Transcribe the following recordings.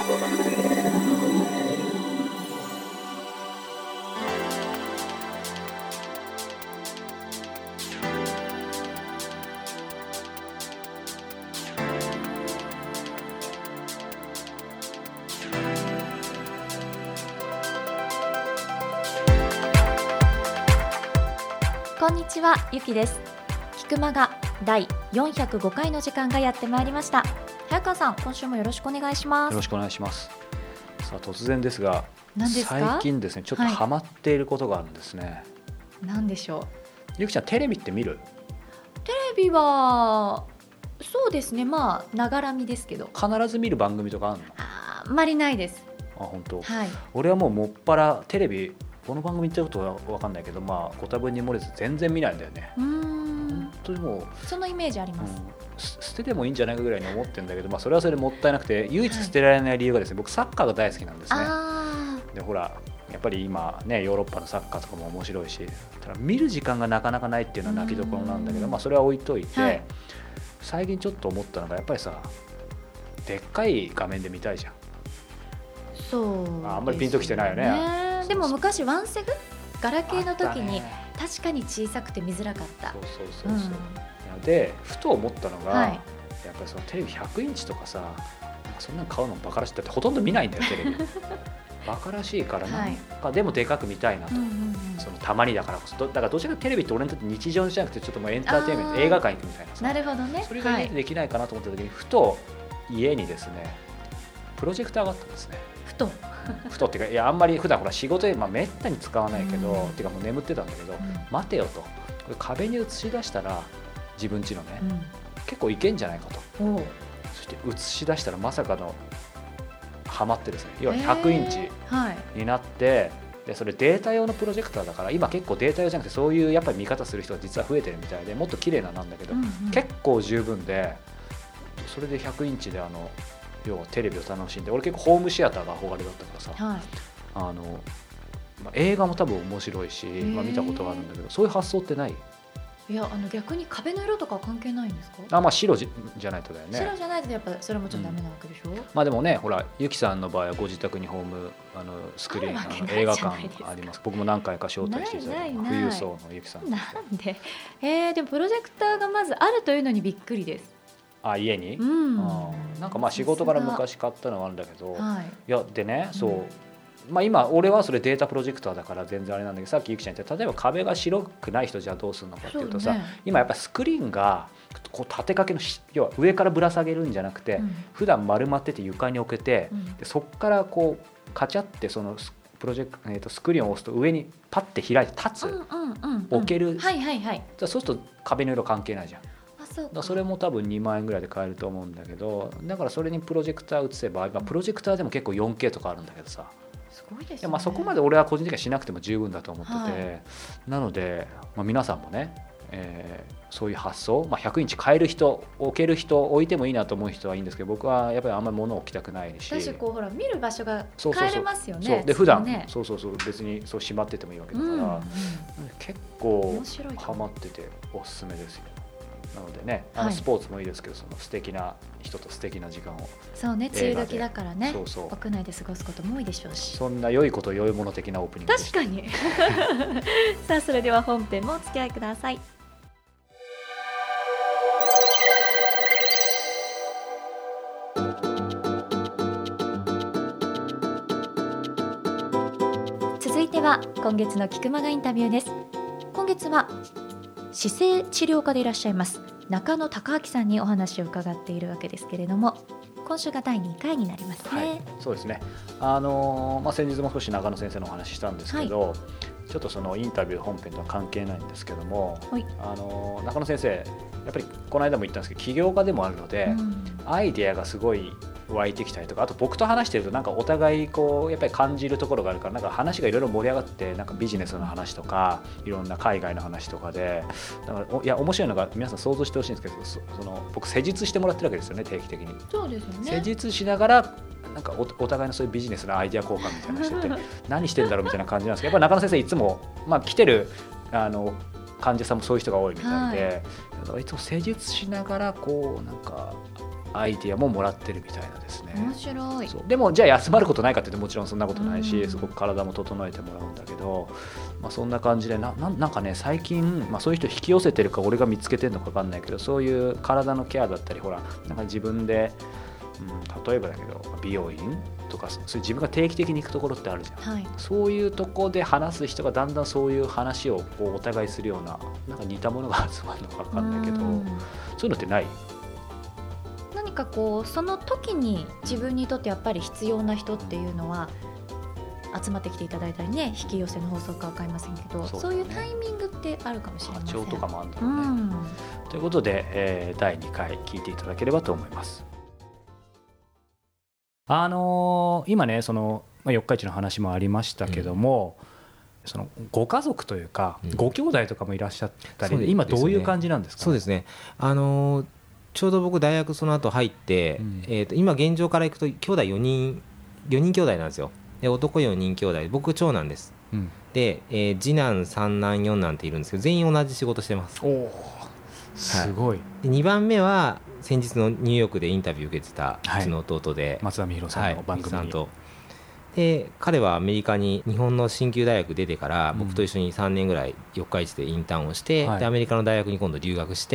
こんにちは、ゆきです。菊間が第405回の時間がやってまいりました。早川さん、今週もよろしくお願いします。 よろしくお願いします。さあ、突然ですが、 何ですか？ 最近ですね、ちょっとハマっていることがあるんですね。 何でしょう？ ゆきちゃん、テレビって見る？ テレビはそうですね、まあながら見ですけど。 必ず見る番組とかあるの？ あんまりないです。 あ、本当。 はい。 俺はもうもっぱらテレビ、この番組ってことは分かんないけど、まあご多分に漏れず全然見ないんだよね。本当にもうそのイメージあります。 捨ててもいいんじゃないかぐらいに思ってるんだけど、まあ、それはそれでもったいなくて、唯一捨てられない理由がですね、僕サッカーが大好きなんですね。でほらやっぱり今ね、ヨーロッパのサッカーとかも面白いし、ただ見る時間がなかなかないっていうのは泣きどころなんだけど、まあ、それは置いといて、はい、最近ちょっと思ったのがやっぱりさ、でっかい画面で見たいじゃん。 そうですね。 あんまりピンときてないよね。 でも昔ワンセグガラケーの時に確かに小さくて見づらかった。でふと思ったのが、はい、やっぱりそのテレビ100インチとかさ、なんかそんなの買うのバカらしいってほとんど見ないんだよテレビバカらしいからなんか、でもでかく見たいなと、そのたまにだからこそ。だからどちらかテレビって俺にとって日常じゃなくて、ちょっともうエンターテインメント、映画館行くみたいなさ。なるほどね。それができないかなと思った時に、ふと家にですねプロジェクターがあったんですね。ふとっていうか、いやあんまり普段ほら仕事で、まあ、めったに使わないけど、っていうかもう眠ってたんだけど、待てよと、これ壁に映し出したら自分家のね、結構いけんじゃないかと。そして映し出したらまさかのハマってですね、要は100インチになって、でそれデータ用のプロジェクターだから、今結構データ用じゃなくてそういうやっぱり見方する人が実は増えてるみたいで、もっと綺麗なんだけど、結構十分で、それで100インチで要はテレビを楽しんで、俺結構ホームシアターが憧れだったからさ、まあ、映画も多分面白いし、まあ、見たことがあるんだけど、そういう発想ってない？ いや、逆に壁の色とかは関係ないんですか？ まあ白じゃないとだよね。 白じゃないとやっぱそれもちろんダメなわけでしょ。 まあでもね、ほらゆきさんの場合はご自宅にホームスクリーン映画館あります。僕も何回か招待していただいて、富裕層のゆきさん。 なんで？でもプロジェクターがまずあるというのにびっくりです。 家に、なんかまあ仕事から昔買ったのがあるんだけど、いやでね、そう、まあ、今俺はそれデータプロジェクターだから全然あれなんだけど、さっきゆきちゃん言った例えば壁が白くない人じゃどうするのかっていうとさ、今やっぱスクリーンがこう立てかけの、要は上からぶら下げるんじゃなくて、普段丸まってて床に置けて、でそこからこうカチャってそのプロジェクト、スクリーンを押すと上にパッて開いて立つ、置ける。そうすると壁の色関係ないじゃん。それも多分2万円ぐらいで買えると思うんだけど、だからそれにプロジェクター映せば、プロジェクターでも結構 4K とかあるんだけどさ、 すごいですね。 まあそこまで俺は個人的にはしなくても十分だと思ってて、なので、まあ、皆さんもね、そういう発想、まあ、100インチ買える人、置ける人、置いてもいいなと思う人はいいんですけど、僕はやっぱりあんまり物を置きたくないし、 私こうほら見る場所が変えれますよね。そうで普段そう別にそうしまっててもいいわけだから、結構ハマってておすすめですよ。なのでね、スポーツもいいですけど、その素敵な人と素敵な時間を、 そうね、梅雨時だからね、屋内で過ごすことも多いでしょうし、 そんな良いこと良いもの的なオープニングでした。 確かにさあ、それでは本編もお付き合いください。続いては今月の菊間がインタビューです。今月は姿勢治療科でいらっしゃいます中野孝明さんにお話を伺っているわけですけれども、今週が第2回になりますね。 そうですね。まあ、先日も少し中野先生のお話したんですけど、ちょっとそのインタビュー本編とは関係ないんですけども、中野先生やっぱりこの間も言ったんですけど、起業家でもあるので、アイデアがすごい湧いてきたりとか、あと僕と話してるとなんかお互いこうやっぱり感じるところがあるから、なんか話がいろいろ盛り上がって、なんかビジネスの話とかいろんな海外の話とかで、だからいや面白いのが、皆さん想像してほしいんですけど、その僕施術してもらってるわけですよね、定期的に。 そうですよね。 施術しながらなんか お互いのそういうビジネスのアイデア交換みたいなのしてて何してんだろうみたいな感じなんですけど、やっぱり中野先生いつも、まあ、来てる患者さんもそういう人が多いみたいで、いつも施術しながらこうなんかアイディアももらってるみたいなですね。 面白い。 そうでもじゃあ休まることないかって言ってもちろんそんなことないし、すごく体も整えてもらうんだけど、そんな感じでなんかね最近、そういう人引き寄せてるか俺が見つけてるのか分かんないけど、そういう体のケアだったりほらなんか自分で、例えばだけど美容院とかそういう自分が定期的に行くところってあるじゃん、はい、そういうとこで話す人がだんだんそういう話をこうお互いするような、なんか似たものが集まるのか分かんないけど、そういうのってない？ 何かこうその時に自分にとってやっぱり必要な人っていうのは集まってきていただいたりね、引き寄せの法則か分かりませんけど、そういうタイミングってあるかもしれません。 波長とかもあるんだろうね、ということで、第2回聞いていただければと思います。今ねその、四日市の話もありましたけども、そのご家族というか、ご兄弟とかもいらっしゃったりで、今どういう感じなんですか？ そうですね、ちょうど僕大学その後入って、今現状からいくと兄弟4人兄弟なんですよ。で男4人兄弟、僕長男です、で、次男三男四男っているんですけど、全員同じ仕事してます。 すごい。 で2番目は先日のニューヨークでインタビュー受けてたうちの弟で、 松田美弘さんの番組に、 で彼はアメリカに日本の鍼灸大学出てから、僕と一緒に3年ぐらい四日市でインターンをして、でアメリカの大学に今度留学して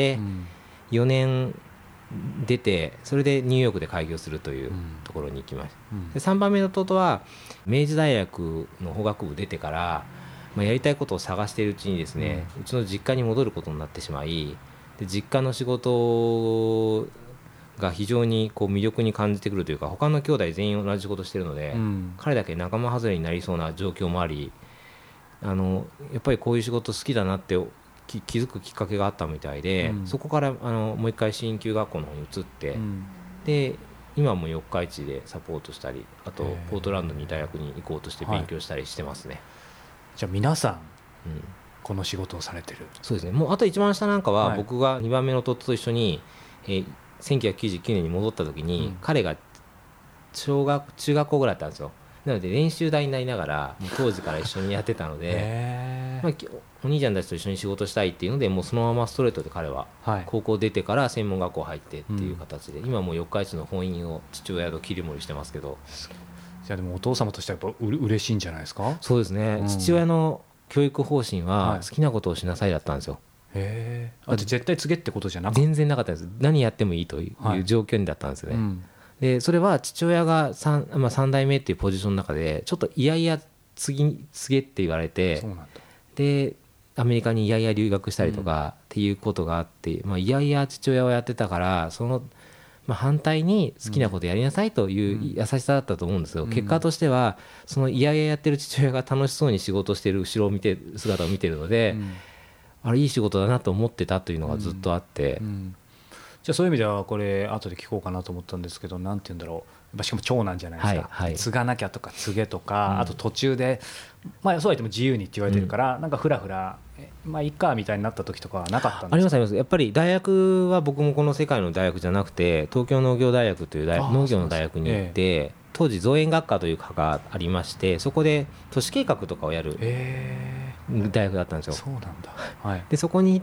、4年出て、それでニューヨークで開業するというところに行きました、で3番目の弟は明治大学の法学部出てから、やりたいことを探しているうちにですね、うちの実家に戻ることになってしまい、で実家の仕事が非常にこう魅力に感じてくるというか、他の兄弟全員同じ仕事してるので、彼だけ仲間外れになりそうな状況もあり、やっぱりこういう仕事好きだなって気づくきっかけがあったみたいで、そこからもう一回鍼灸学校の方に移って、で今も四日市でサポートしたり、あとポートランドに大学に行こうとして勉強したりしてますね。 じゃあ皆さん、この仕事をされてる？ そうですね。もうあと一番下なんかは、僕が2番目の弟と一緒に、1999年に戻った時に、彼が中学校ぐらいだったんですよ。なので練習台になりながらもう当時から一緒にやってたのでお兄ちゃんたちと一緒に仕事したいっていうので、もうそのままストレートで彼は高校出てから専門学校入ってっていう形で、今もう四日市の本院を父親と切り盛りしてますけど。 じゃあでもお父様としてはやっぱ嬉しいんじゃないですか？ そうですね、父親の教育方針は好きなことをしなさいだったんですよ。 絶対告げってことじゃなかった？ 全然なかったです。何やってもいいという状況にだったんですよね、でそれは父親が 3代目っていうポジションの中でちょっといやいや告げって言われて、でアメリカにいやいや留学したりとかっていうことがあって、いやいや父親はやってたから、その反対に好きなことやりなさいという優しさだったと思うんですよ、結果としてはそのいやいややってる父親が楽しそうに仕事してる後ろを見てる姿を見てるので、あれいい仕事だなと思ってたというのがずっとあって、 じゃあそういう意味ではこれ後で聞こうかなと思ったんですけど、なんて言うんだろう、しかも長男じゃないですか、継がなきゃとか告げとか、あと途中で、そうは言っても自由にって言われてるから、なんかフラフラいっかみたいになった時とかはなかったんですか？ ありますあります。やっぱり大学は僕もこの世界の大学じゃなくて東京農業大学という農業の大学に行って、当時造園学科という科がありまして、そこで都市計画とかをやる大学だったんですよ。 そうなんだ、 でそこに行って、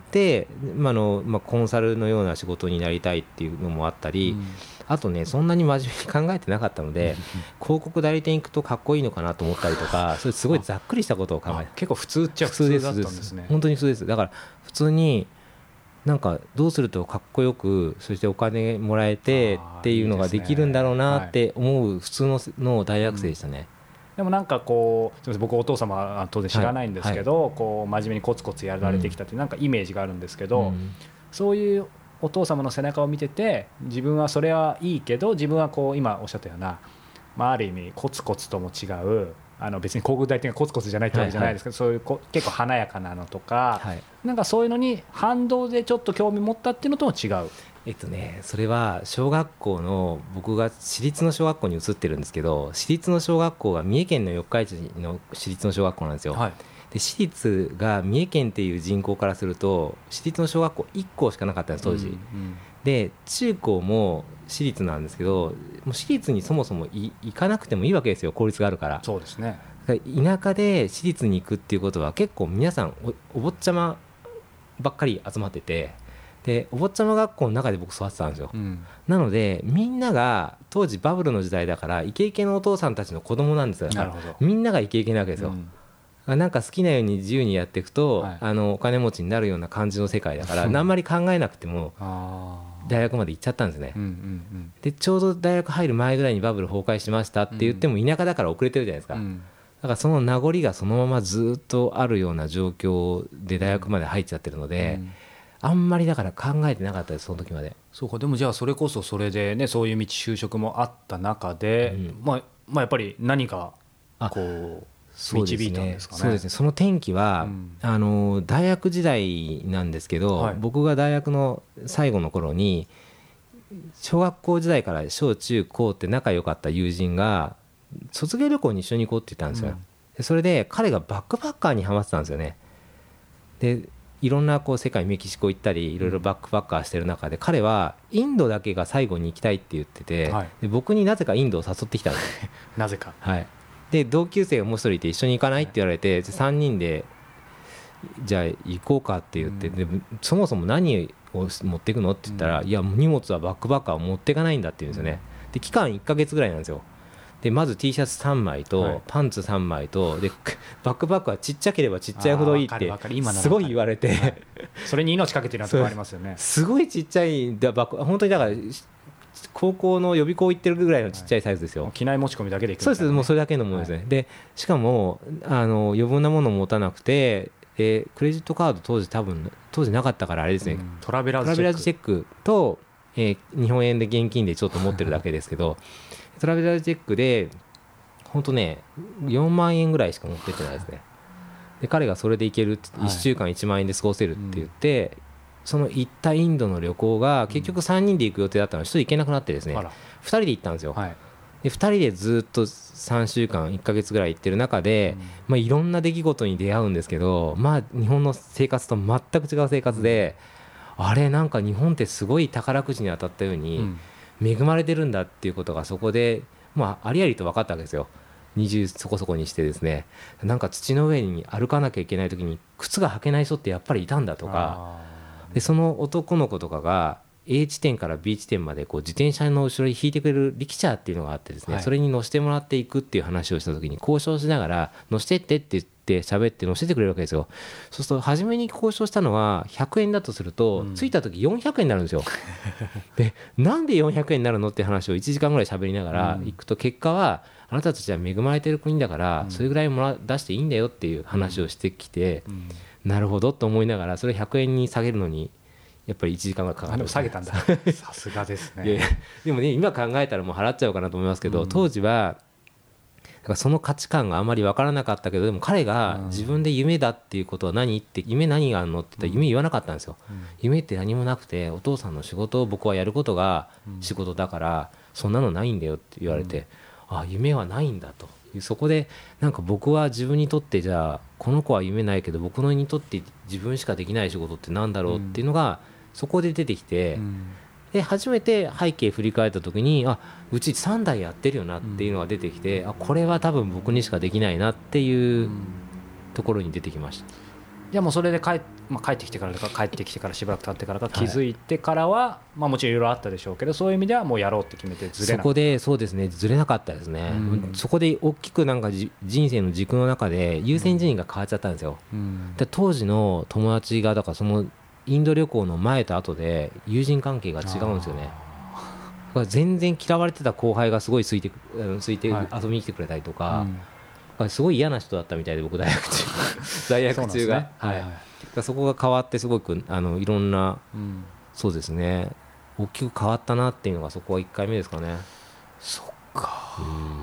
コンサルのような仕事になりたいっていうのもあったり、あとねそんなに真面目に考えてなかったので広告代理店行くとかっこいいのかなと思ったりとか、それすごいざっくりしたことを考えて、 結構普通っちゃ普通だったんですね。 本当に普通です。だから普通になんかどうするとかっこよく、そしてお金もらえてっていうのができるんだろうなって思う普通の大学生でしたね。 でもなんかこう、すみません、僕お父様は当然知らないんですけど、こう真面目にコツコツやられてきたってなんかイメージがあるんですけど、そういうお父様の背中を見てて、自分はそれはいいけど、自分はこう今おっしゃったような、ある意味コツコツとも違う、別に広告代理店がコツコツじゃないってわけじゃないですけど、そういう結構華やかなのとか、なんかそういうのに反動でちょっと興味持ったっていうのとも違う？ それは小学校の、僕が私立の小学校に移ってるんですけど、私立の小学校が三重県の四日市の私立の小学校なんですよ、で私立が三重県っていう人口からすると私立の小学校1校しかなかったんです当時、で中高も私立なんですけど、もう私立にそもそも行かなくてもいいわけですよ、公立があるから。 そうですね。 田舎で私立に行くっていうことは結構皆さん お坊ちゃまばっかり集まってて、 でお坊ちゃま学校の中で僕育ってたんですよ、なのでみんなが当時バブルの時代だからイケイケのお父さんたちの子供なんですよ。 なるほど。 みんながイケイケなわけですよ、なんか好きなように自由にやっていくと、お金持ちになるような感じの世界だからあんまり考えなくても大学まで行っちゃったんですね、でちょうど大学入る前ぐらいにバブル崩壊しましたって言っても田舎だから遅れてるじゃないですか、だからその名残がそのままずっとあるような状況で大学まで入っちゃってるので、あんまりだから考えてなかったです、その時まで。 そうか。でもじゃあそれこそそれでね、そういう道就職もあった中で、まあやっぱり何かこう導いたんですかね。 そうですね。その転機は、大学時代なんですけど、僕が大学の最後の頃に小学校時代から小中高って仲良かった友人が卒業旅行に一緒に行こうって言ったんですよ、でそれで彼がバックパッカーにハマってたんですよね。でいろんなこう世界メキシコ行ったりいろいろバックパッカーしてる中で彼はインドだけが最後に行きたいって言ってて、で僕になぜかインドを誘ってきたんですなぜか、 で同級生がもう一人いて一緒に行かないって言われて、3人でじゃあ行こうかって言って、でそもそも何を持っていくのって言ったら、いや荷物はバックパッカーを持っていかないんだって言うんですよね。で期間1ヶ月ぐらいなんですよ。でまず T シャツ3枚とパンツ3枚とでバックパックはちっちゃければちっちゃいほどいいってすごい言われて、 それに命かけてるようなとこありますよね。 すごいちっちゃいバック、本当にだから高校の予備校行ってるぐらいのちっちゃいサイズですよ。 機内持ち込みだけでいく、 そうです。もうそれだけのものですね、でしかも余分なものを持たなくて、クレジットカード当時なかったからあれですね、 トラベラーズチェックと、日本円で現金でちょっと持ってるだけですけどトラベラーズチェックで本当ね4万円ぐらいしか持ってってないですね。で彼がそれで行けるって1週間1万円で過ごせるって言って、その行ったインドの旅行が結局3人で行く予定だったのに1人行けなくなってですね、2人で行ったんですよ、で2人でずっと3週間1ヶ月ぐらい行ってる中で、いろんな出来事に出会うんですけど、日本の生活と全く違う生活で、あれなんか日本ってすごい宝くじに当たったように恵まれてるんだっていうことがそこでありありと分かったわけですよ。20そこそこにしてですね、なんか土の上に歩かなきゃいけない時に靴が履けない人ってやっぱりいたんだとか、でその男の子とかが A 地点から B 地点までこう自転車の後ろに引いてくれる力車っていうのがあってですね、それに乗せてもらっていくっていう話をした時に交渉しながら乗せてってって言って喋って乗せてくれるわけですよ。そうすると初めに交渉したのは100円だとすると、着いた時400円になるんですよでなんで400円になるのって話を1時間ぐらい喋りながら行くと、結果はあなたたちは恵まれてる国だからそれぐらい出していいんだよっていう話をしてきて、なるほどと思いながらそれ100円に下げるのにやっぱり1時間ぐらいかかる。 でも下げたんださすがですね。 でもね今考えたらもう払っちゃおうかなと思いますけど、当時はだからその価値観があまり分からなかったけど、でも彼が自分で夢だっていうことは何って夢何があるのって言ったら夢言わなかったんですよ、夢って何もなくてお父さんの仕事を僕はやることが仕事だからそんなのないんだよって言われて、夢はないんだと。そこでなんか僕は自分にとってじゃあこの子は夢ないけど僕のにとって自分しかできない仕事ってなんだろうっていうのがそこで出てきて、で初めて背景振り返った時にうち3代やってるよなっていうのが出てきて、これは多分僕にしかできないなっていうところに出てきました。 じゃあもうそれで帰ってきてからとか帰ってきてからしばらく経ってからか気づいてからは、もちろんいろいろあったでしょうけど、そういう意味ではもうやろうって決めてずれなかった。 そこでそうですね、ずれなかったですね、そこで大きくなんか人生の軸の中で優先順位が変わっちゃったんですよ、で当時の友達がだからそのインド旅行の前と後で友人関係が違うんですよね。だから全然嫌われてた後輩がすごいついて遊びに来てくれたりとか、すごい嫌な人だったみたいで僕大学中がそこが変わってすごくいろんな、そうですね大きく変わったなっていうのがそこは1回目ですかね。 そっか。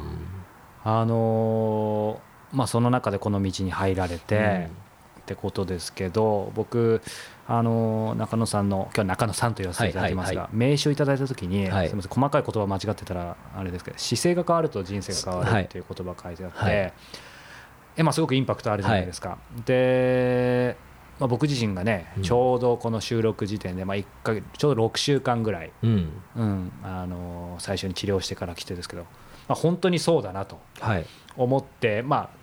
その中でこの道に入られて、ってことですけど、僕中野さんの今日は中野さんと言わせていただきますが、名刺をいただいた時に、すみません細かい言葉間違ってたらあれですけど、姿勢が変わると人生が変わるっていう言葉が書いてあって、すごくインパクトあるじゃないですか、で、僕自身がね、ちょうどこの収録時点で、1ヶ月ちょうど6週間ぐらい、最初に治療してから来てですけど、本当にそうだなと思って、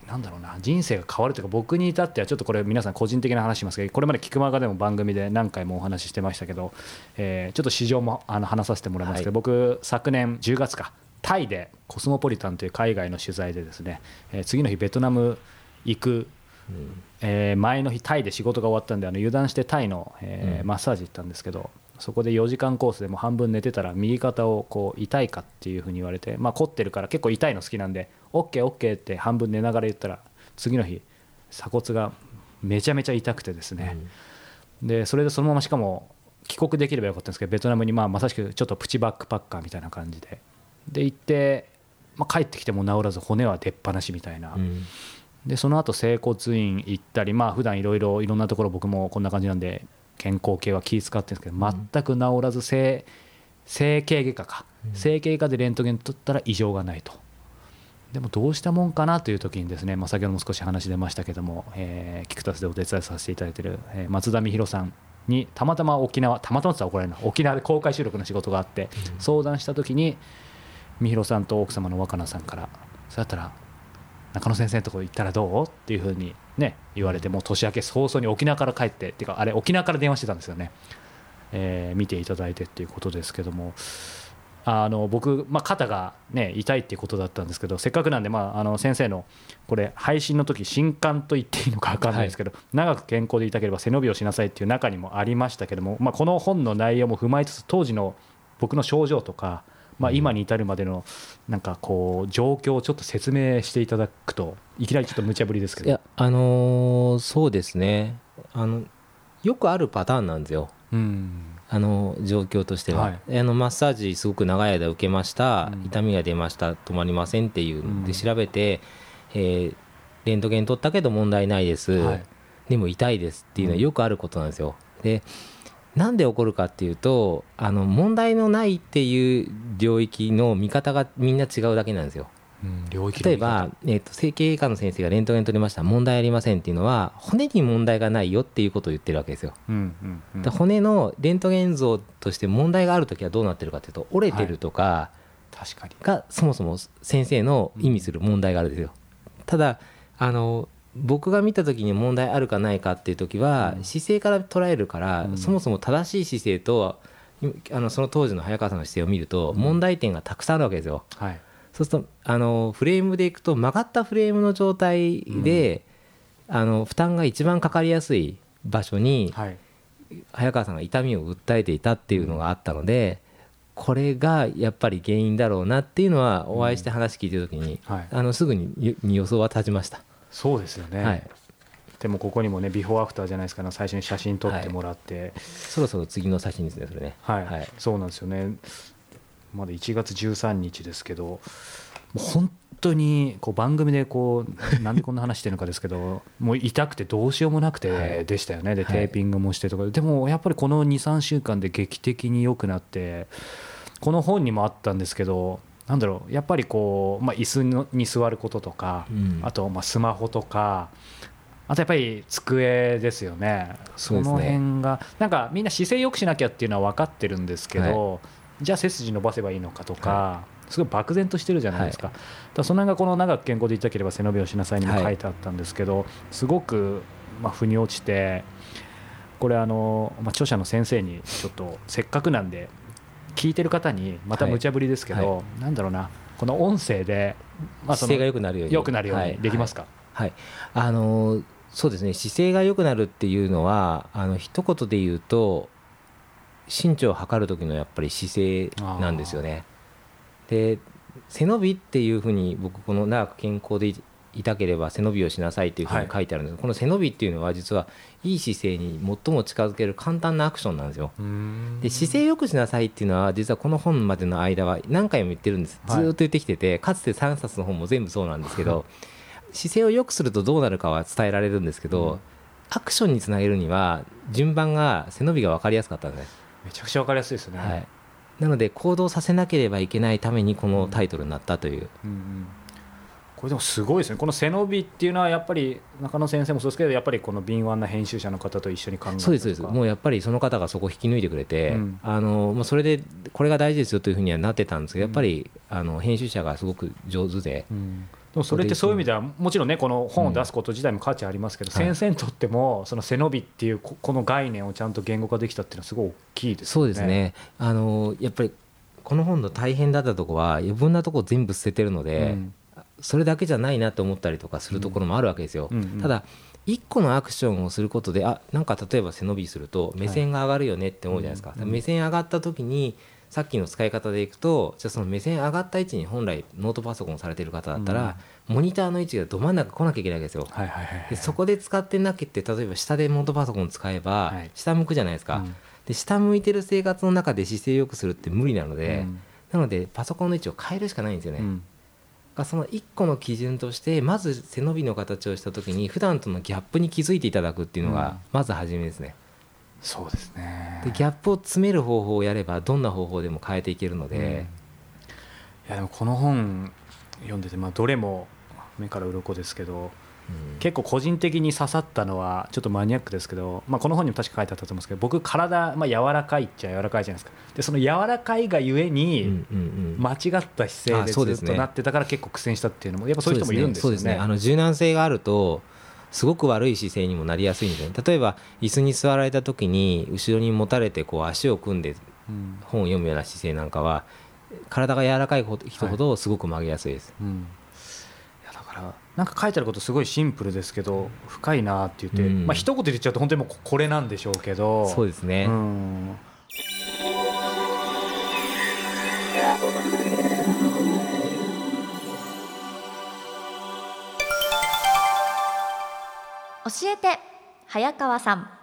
なんだろうな、人生が変わるというか、僕に至ってはちょっとこれ皆さん個人的な話しますけど、これまでキクマガでも番組で何回もお話ししてましたけど、ちょっと市場も話させてもらいますけど、僕昨年10月かタイでコスモポリタンという海外の取材でですね、次の日ベトナム行く、前の日タイで仕事が終わったんで油断してタイの、マッサージ行ったんですけど、そこで4時間コースでもう半分寝てたら右肩をこう痛いかっていうふうに言われて、凝ってるから結構痛いの好きなんで OKOK って半分寝ながら言ったら、次の日鎖骨がめちゃめちゃ痛くてですね、でそれでそのまましかも帰国できればよかったんですけど、ベトナムにまさしくちょっとプチバックパッカーみたいな感じで行って、帰ってきても治らず骨は出っ放しみたいな、でその後整骨院行ったり、普段いろんなところ僕もこんな感じなんで健康系は気使ってるんですけど、全く治らず整形外科か、整形外科でレントゲン取ったら異常がないと。でもどうしたもんかなという時にですね、先ほども少し話出ましたけども、キクタスでお手伝いさせていただいている、松田美弘さんにたまたま沖縄って言ったら怒られるな、沖縄で公開収録の仕事があって相談した時に、美弘さんと奥様の若菜さんから、そうやったら中野先生のところ行ったらどうっていうふうにね言われて、もう年明け早々に沖縄から帰ってっていうか、あれ沖縄から電話してたんですよね、見ていただいてっていうことですけども、僕、肩が、痛いっていうことだったんですけど、せっかくなんで、先生のこれ配信の時新刊と言っていいのか分かんないですけど、長く健康でいたければ背伸びをしなさいっていう中にもありましたけども、この本の内容も踏まえつつ、当時の僕の症状とか、今に至るまでのなんかこう状況をちょっと説明していただくと、いきなりちょっと無茶ぶりですけど。 いや、そうですね、よくあるパターンなんですよ、状況としては、マッサージすごく長い間受けました、痛みが出ました、止まりませんっていうので調べて、レントゲン取ったけど問題ないです、でも痛いですっていうのはよくあることなんですよ。でなんで起こるかっていうと、問題のないっていう領域の見方がみんな違うだけなんですよ。例えば、整形外科の先生がレントゲン取りました、問題ありませんっていうのは、骨に問題がないよっていうことを言ってるわけですよ。骨のレントゲン像として問題があるときはどうなってるかというと、折れてるとかがそもそも先生の意味する問題があるんですよ。ただ僕が見た時に問題あるかないかっていう時は、姿勢から捉えるから、そもそも正しい姿勢とその当時の早川さんの姿勢を見ると問題点がたくさんあるわけですよ。そうするとフレームでいくと、曲がったフレームの状態で、負担が一番かかりやすい場所に、早川さんが痛みを訴えていたっていうのがあったので、これがやっぱり原因だろうなっていうのは、お会いして話聞いてる時に、すぐに予想は立ちました。 そうですよね、でもここにもね、ビフォーアフターじゃないですかね、最初に写真撮ってもらって、 そろそろ次の写真ですね、それね。 そうなんですよね。まだ1月13日ですけど、もう本当にこう番組でこうなんでこんな話してるのかですけど、もう痛くてどうしようもなくてでしたよね。でテーピングもしてとか、でもやっぱりこの 2,3 週間で劇的に良くなって、この本にもあったんですけど、なんだろう、やっぱりこう、椅子に座ることとか、あとスマホとか、あとやっぱり机ですよね。その辺がなんかみんな姿勢良くしなきゃっていうのは分かってるんですけど、じゃあ背筋伸ばせばいいのかとか、すごい漠然としてるじゃないですか。だその辺がこの長く健康でいたければ背伸びをしなさいにも書いてあったんですけど、すごく腑に落ちて、これ著者の先生にちょっとせっかくなんで聞いてる方にまた無茶ぶりですけど、なんだろうな、この音声で姿勢が良くなるようにできますか？ そうですね、姿勢が良くなるっていうのは、一言で言うと身長を測る時のやっぱり姿勢なんですよね。で背伸びっていうふうに、僕この長く健康でいたければ背伸びをしなさいっていうふうに書いてあるんですけど、この背伸びっていうのは実はいい姿勢に最も近づける簡単なアクションなんですよ。で姿勢よくしなさいっていうのは、実はこの本までの間は何回も言ってるんです。ずっと言ってきてて、かつて3冊の本も全部そうなんですけど、姿勢を良くするとどうなるかは伝えられるんですけど、アクションにつなげるには順番が、背伸びが分かりやすかったんです。 めちゃくちゃ分かりやすいですね。 なので行動させなければいけないためにこのタイトルになったという、 これでもすごいですね。この背伸びっていうのはやっぱり中野先生もそうですけど、やっぱりこの敏腕な編集者の方と一緒に考えて。 そうですもうやっぱりその方がそこを引き抜いてくれて、それでこれが大事ですよというふうにはなってたんですけど、やっぱり編集者がすごく上手で、 もそれってそういう意味ではもちろんねこの本を出すこと自体も価値ありますけど、先生にとってもその背伸びっていうこの概念をちゃんと言語化できたっていうのはすごい大きいですね。 そうですね。やっぱりこの本の大変だったところは余分なところ全部捨ててるので、それだけじゃないなと思ったりとかするところもあるわけですよ。ただ一個のアクションをすることでなんか例えば背伸びすると目線が上がるよねって思うじゃないですか。目線上がった時にさっきの使い方でいくと、じゃあその目線上がった位置に本来ノートパソコンされてる方だったら、モニターの位置がど真ん中来なきゃいけないわけですよ。でそこで使ってなきゃって、例えば下でノートパソコン使えば下向くじゃないですか。で下向いてる生活の中で姿勢を良くするって無理なので、なのでパソコンの位置を変えるしかないんですよね。その1個の基準としてまず背伸びの形をした時に普段とのギャップに気づいていただくっていうのがまず初めですね。 そうですね。 でギャップを詰める方法をやればどんな方法でも変えていけるので、 いやでもこの本読んでて、どれも目から鱗ですけど、結構個人的に刺さったのはちょっとマニアックですけど、この本にも確か書いてあったと思うんですけど、僕体、柔らかいっちゃ柔らかいじゃないですか。でその柔らかいがゆえに間違った姿勢でずっとなってたから結構苦戦したっていうのもやっぱそういう人もいるんですよね。 そうですね。柔軟性があるとすごく悪い姿勢にもなりやすいんですよね。例えば椅子に座られた時に後ろに持たれて足を組んで本を読むような姿勢なんかは、体が柔らかい人ほどすごく曲げやすいです。 だからなんか書いてあることすごいシンプルですけど深いなって言って、一言で言っちゃうと本当にもうこれなんでしょうけど。 そうですね。 教えて早川さん。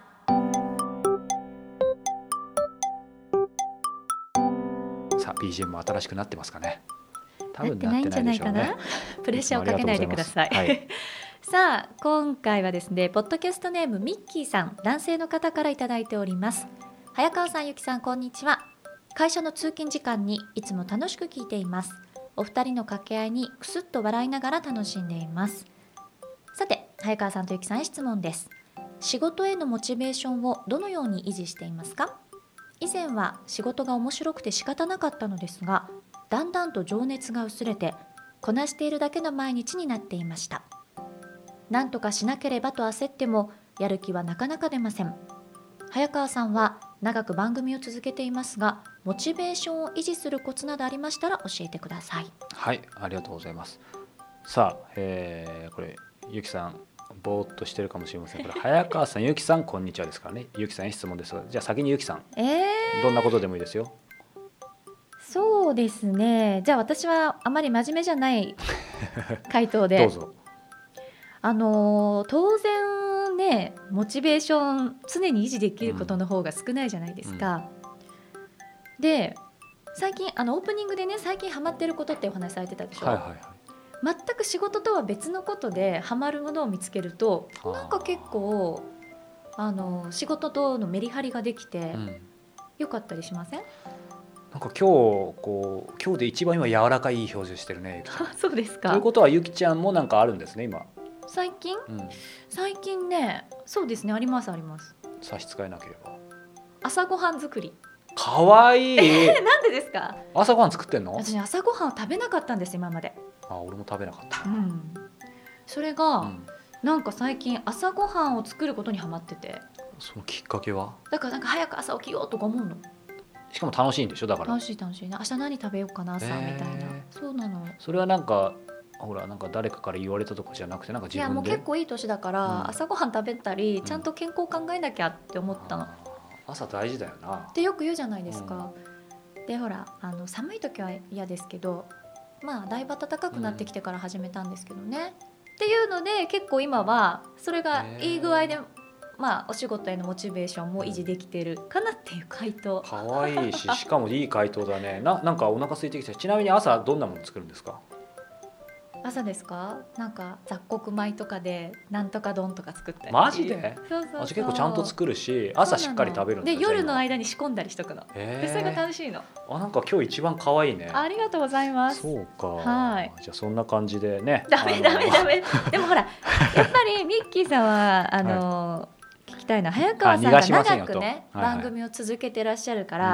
さあ BGM も新しくなってますかね。多分なってないんじゃないかな。プレッシャーをかけないでください。さあ今回はですね、ポッドキャストネームミッキーさん、男性の方からいただいております。早川さん、ゆきさん、こんにちは。会社の通勤時間にいつも楽しく聞いています。お二人の掛け合いにくすっと笑いながら楽しんでいます。さて早川さんとゆきさんへ質問です。仕事へのモチベーションをどのように維持していますか？以前は仕事が面白くて仕方なかったのですが、だんだんと情熱が薄れてこなしているだけの毎日になっていました。なんとかしなければと焦ってもやる気はなかなか出ません。早川さんは長く番組を続けていますが、モチベーションを維持するコツなどありましたら教えてください。 はい、ありがとうございます。さあ、これゆきさんぼーっとしてるかもしれません。これ早川さん、ゆきさんこんにちはですからね。ゆきさんへ質問ですが、じゃあ先にゆきさん、どんなことでもいいですよ。 そうですね。じゃあ私はあまり真面目じゃない回答でどうぞ。 当然ね、モチベーション常に維持できることの方が少ないじゃないですか。で最近オープニングでね、最近ハマってることってお話されてたでしょ。全く仕事とは別のことでハマるものを見つけると、なんか結構仕事とのメリハリができてよかったりしません？ なんか今日で一番今柔らかいいい表情してるね、ゆきちゃん。 そうですか。 ということはゆきちゃんもなんかあるんですね今。 最近ね、そうですね、ありますあります。 差し支えなければ。 朝ごはん作り。 かわいい。 なんでですか？ 朝ごはん作ってんの？ 私朝ごはんを食べなかったんです今まで。 俺も食べなかった。 それが、なんか最近朝ごはんを作ることにハマってて。 そのきっかけは？ だからなんか早く朝起きようとか思うの。 しかも楽しいんでしょ。だから楽しいね。明日何食べようかな朝みたいな。そうなの。 それはなんかほらなんか誰かから言われたとかじゃなくて、なんか自分で。 いやもう結構いい年だから、朝ごはん食べたりちゃんと健康を考えなきゃって思ったの。 朝大事だよなってよく言うじゃないですか。でほら寒い時は嫌ですけど、だいぶ暖かくなってきてから始めたんですけどね。っていうので結構今はそれがいい具合で、お仕事へのモチベーションも維持できてるかなっていう回答。 かわいいし、しかもいい回答だね。なんかお腹空いてきて。ちなみに朝どんなもの作るんですか？ 朝ですか？なんか雑穀米とかでなんとか丼とか作ったり。 マジで？ そう私結構ちゃんと作るし、朝しっかり食べるんで夜の間に仕込んだりしとくの。でそれが楽しいの。 なんか今日一番可愛いね。 ありがとうございます。 そうか。 はい。 じゃあそんな感じでね。 ダメ。でもほらやっぱりミッキーさんは聞きたいのは早川さんが長くね番組を続けてらっしゃるから、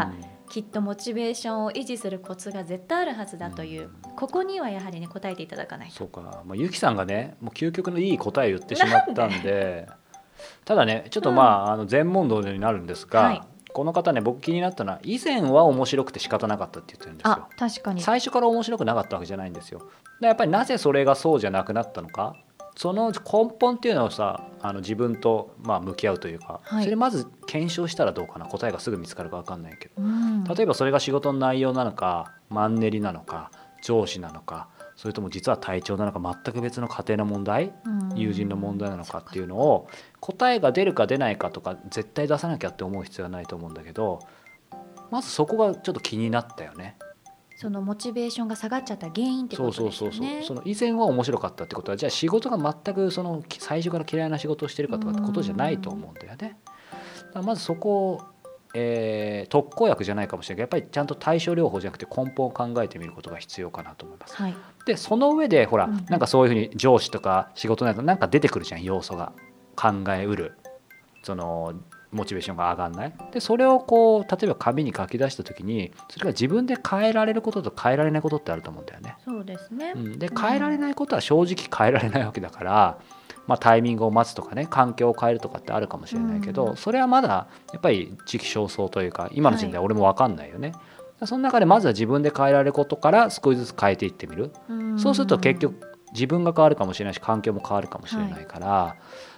きっとモチベーションを維持するコツが絶対あるはずだという、ここにはやはりね答えていただかないと。 そうか、ゆきさんがねもう究極のいい答えを言ってしまったんでただねちょっと全問答になるんですが、はい、この方ね僕気になったのは以前は面白くて仕方なかったって言ってるんですよ。 あ、確かに最初から面白くなかったわけじゃないんですよ。でやっぱりなぜそれがそうじゃなくなったのか、その根本っていうのをさ自分と向き合うというか、はい、それまず検証したらどうかな。答えがすぐ見つかるか分かんないけど、例えばそれが仕事の内容なのかマンネリなのか上司なのか、それとも実は体調なのか全く別の家庭の問題、友人の問題なのかっていうのを答えが出るか出ないかとか絶対出さなきゃって思う必要はないと思うんだけど、まずそこがちょっと気になったよね。 そのモチベーションが下がっちゃった原因ってことですよね。 その以前は面白かったってことはじゃあ仕事が全く最初から嫌いな仕事をしてるかとかってことじゃないと思うんだよね。だからまずそこを、特効薬じゃないかもしれないけどやっぱりちゃんと対症療法じゃなくて根本を考えてみることが必要かなと思います、はい、でその上でほら、なんかそういうふうに上司とか仕事などなんか出てくるじゃん、要素が考えうるモチベーションが上がんない。でそれを例えば紙に書き出した時にそれが自分で変えられることと変えられないことってあると思うんだよね。 そうですね、 で変えられないことは正直変えられないわけだから、タイミングを待つとかね環境を変えるとかってあるかもしれないけど、それはまだやっぱり時期尚早というか今の時点では俺も分かんないよね、はい、その中でまずは自分で変えられることから少しずつ変えていってみる。そうすると結局自分が変わるかもしれないし環境も変わるかもしれないから、はい、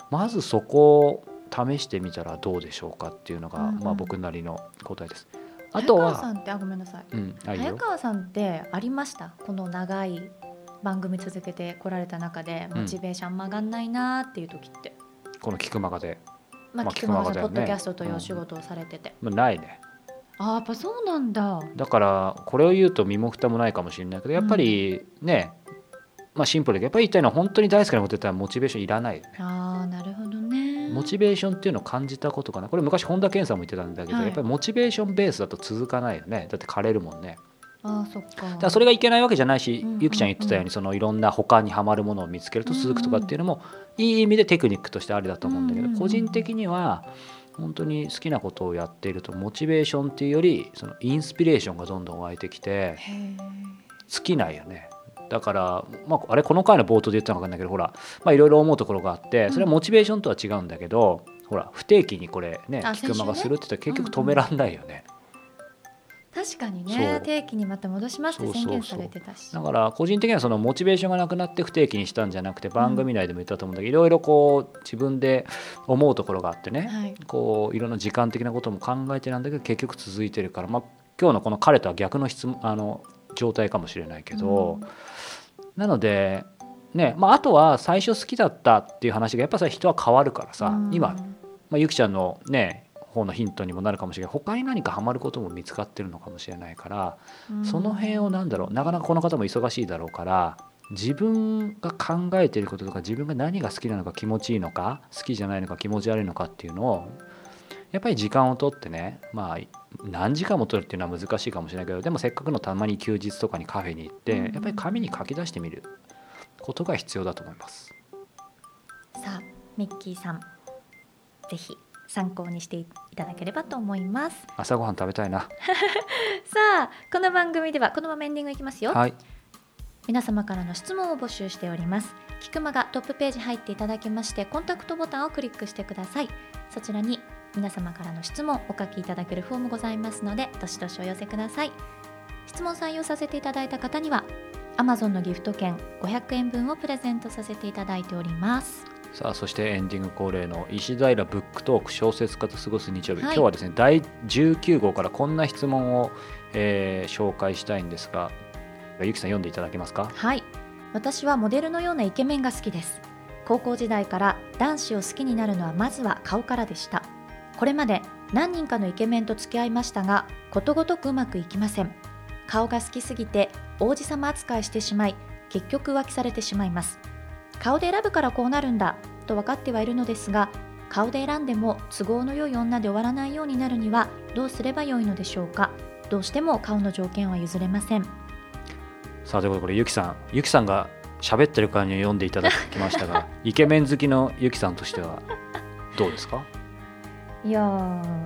まずそこを試してみたらどうでしょうかっていうのが、僕なりの答えです。あとは早川さんってごめんなさい、早川さんってありました？この長い番組続けてこられた中でモチベーション上がんないなっていう時って、 このキクマガで、 キクマガでポッドキャストというお仕事をされてて、 ないね。 やっぱそうなんだ。 だからこれを言うと身も蓋もないかもしれないけどやっぱりね、シンプルでやっぱり言いたいのは本当に大好きなこと言ったらモチベーションいらないよね。 なるほどね。 モチベーションっていうのを感じたことかな。これ昔本田健さんも言ってたんだけど、やっぱりモチベーションベースだと続かないよね。だって枯れるもんね。 そっか。 だからそれがいけないわけじゃないし、ゆきちゃん言ってたようにいろんな他にはまるものを見つけると続くとかっていうのもいい意味でテクニックとしてありだと思うんだけど、個人的には本当に好きなことをやっているとモチベーションっていうよりインスピレーションがどんどん湧いてきて尽きないよね。だから、あれこの回の冒頭で言ったのか分かんないけどほら、いろいろ思うところがあってそれはモチベーションとは違うんだけど、ほら不定期にこれねキクマがするって言ったら結局止めらんないよね。 確かにね、定期にまた戻しますって宣言されてたし、 だから個人的にはモチベーションがなくなって不定期にしたんじゃなくて番組内でも言ったと思うんだけど、いろいろ自分で思うところがあってね、いろんな時間的なことも考えてなんだけど結局続いてるから、今日のこの彼とは逆の状態かもしれないけど、なのでね、あとは最初好きだったっていう話がやっぱり人は変わるからさ、今、ゆきちゃんのね方のヒントにもなるかもしれない。他に何かハマることも見つかってるのかもしれないから、その辺をなかなかこの方も忙しいだろうから自分が考えていることとか自分が何が好きなのか気持ちいいのか好きじゃないのか気持ち悪いのかっていうのをやっぱり時間を取ってね、何時間も取るっていうのは難しいかもしれないけど、でもせっかくのたまに休日とかにカフェに行ってやっぱり紙に書き出してみることが必要だと思います。 さあミッキーさんぜひ参考にしていただければと思います。 朝ごはん食べたいなさあこの番組ではこのままエンディングいきますよ、 はい、 皆様からの質問を募集しております。キクマガトップページ入っていただきましてコンタクトボタンをクリックしてください。そちらに皆様からの質問お書きいただけるフォームございますのでどしどしお寄せください。質問採用させていただいた方には Amazon のギフト券500円分をプレゼントさせていただいております。 さあそしてエンディング恒例の石平ブックトーク小説家と過ごす日曜日、今日はですね第19号からこんな質問を、紹介したいんですが、ゆきさん読んでいただけますか。 はい、私はモデルのようなイケメンが好きです。高校時代から男子を好きになるのはまずは顔からでした。これまで何人かのイケメンと付き合いましたがことごとくうまくいきません。顔が好きすぎて王子様扱いしてしまい結局浮気されてしまいます。顔で選ぶからこうなるんだと分かってはいるのですが、顔で選んでも都合の良い女で終わらないようになるにはどうすればよいのでしょうか。どうしても顔の条件は譲れません。 さあということでこれゆきさんが喋ってる感じに読んでいただきましたがイケメン好きのゆきさんとしてはどうですか。 いや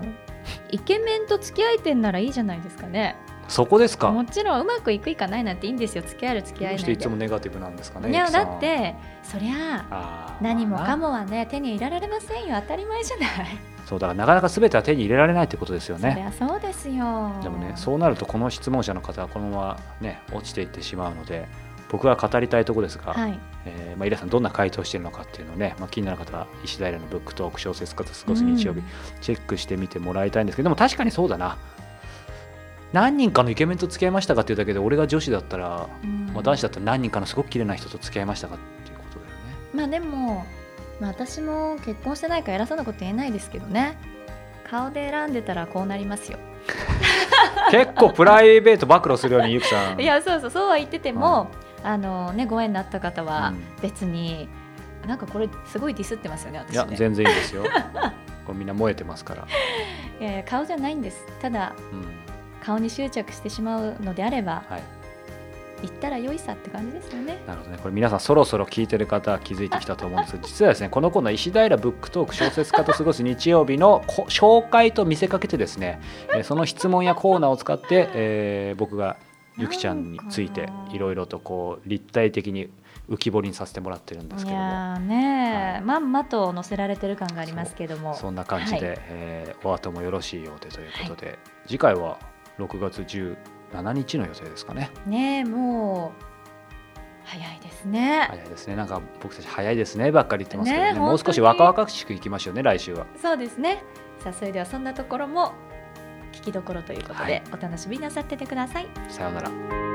イケメンと付き合えてんならいいじゃないですかね。 そこですか。 もちろんうまくいくいかないなんていいんですよ。付き合える付き合えないで。 いつもネガティブなんですかね。 いやだってそりゃ何もかもはね手に入れられませんよ。当たり前じゃない。 そうだからなかなか全ては手に入れられないってことですよね。 そりゃそうですよ。 でもねそうなるとこの質問者の方はこのままね落ちていってしまうので、僕が語りたいところですが、はいイラさんどんな回答しているのかっていうのをね、気になる方は石平のブックトーク小説家と過ごす日曜日、チェックしてみてもらいたいんですけど、でも確かにそうだな。何人かのイケメンと付き合いましたかっていうだけで、俺が女子だったら、男子だったら何人かのすごく綺麗な人と付き合いましたかっていうことだよね。 でも、私も結婚してないから偉そうなこと言えないですけどね。顔で選んでたらこうなりますよ。 結構プライベート暴露するようにゆきさん。 いやそうは言ってても、ご縁になった方は別に、なんかこれすごいディスってますよね私ね。 いや全然いいですよ。これみんな燃えてますから。 いや顔じゃないんです。ただ、顔に執着してしまうのであれば、言ったら良いさって感じですよね。 なるほどね。これ皆さんそろそろ聞いてる方は気づいてきたと思うんですけど、実はですねこのコーナー石平ブックトーク小説家と過ごす日曜日の紹介と見せかけてですね、その質問やコーナーを使って、僕がゆきちゃんについていろいろとこう立体的に浮き彫りにさせてもらってるんですけども、いやね、まんまと載せられてる感がありますけども、 そんな感じで、お後もよろしいようでということで、次回は6月17日の予定ですかね。 ね、もう早いですね。 早いですね。なんか僕たち早いですねばっかり言ってますけどね、もう少し若々しくいきましょうね来週は。 そうですね。さあそれではそんなところも聞きどころということで、お楽しみなさっててください。 さようなら。